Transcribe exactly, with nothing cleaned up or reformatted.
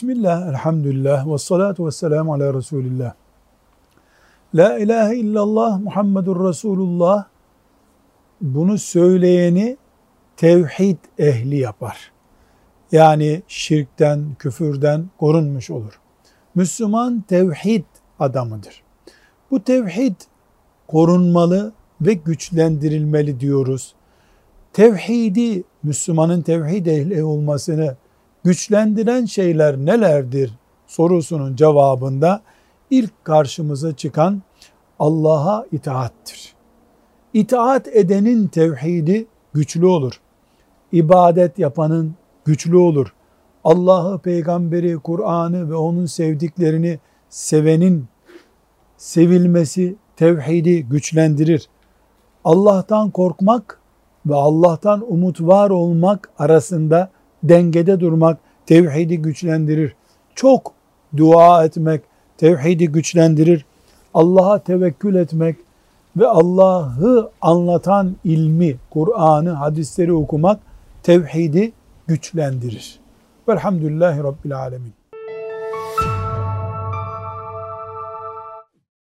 Bismillah, elhamdülillah, ve salatu ve selamu ala Resulillah. La ilahe illallah Muhammedur Resulullah, bunu söyleyeni tevhid ehli yapar. Yani şirkten, küfürden korunmuş olur. Müslüman tevhid adamıdır. Bu tevhid korunmalı ve güçlendirilmeli diyoruz. Tevhidi, Müslümanın tevhid ehli olmasını güçlendiren şeyler nelerdir sorusunun cevabında ilk karşımıza çıkan Allah'a itaattir. İtaat edenin tevhidi güçlü olur. İbadet yapanın güçlü olur. Allah'ı, peygamberi, Kur'an'ı ve onun sevdiklerini sevenin sevilmesi tevhidi güçlendirir. Allah'tan korkmak ve Allah'tan umut var olmak arasında dengede durmak tevhidi güçlendirir. Çok dua etmek tevhidi güçlendirir. Allah'a tevekkül etmek ve Allah'ı anlatan ilmi, Kur'an'ı, hadisleri okumak tevhidi güçlendirir. Velhamdülillahi Rabbil Alemin.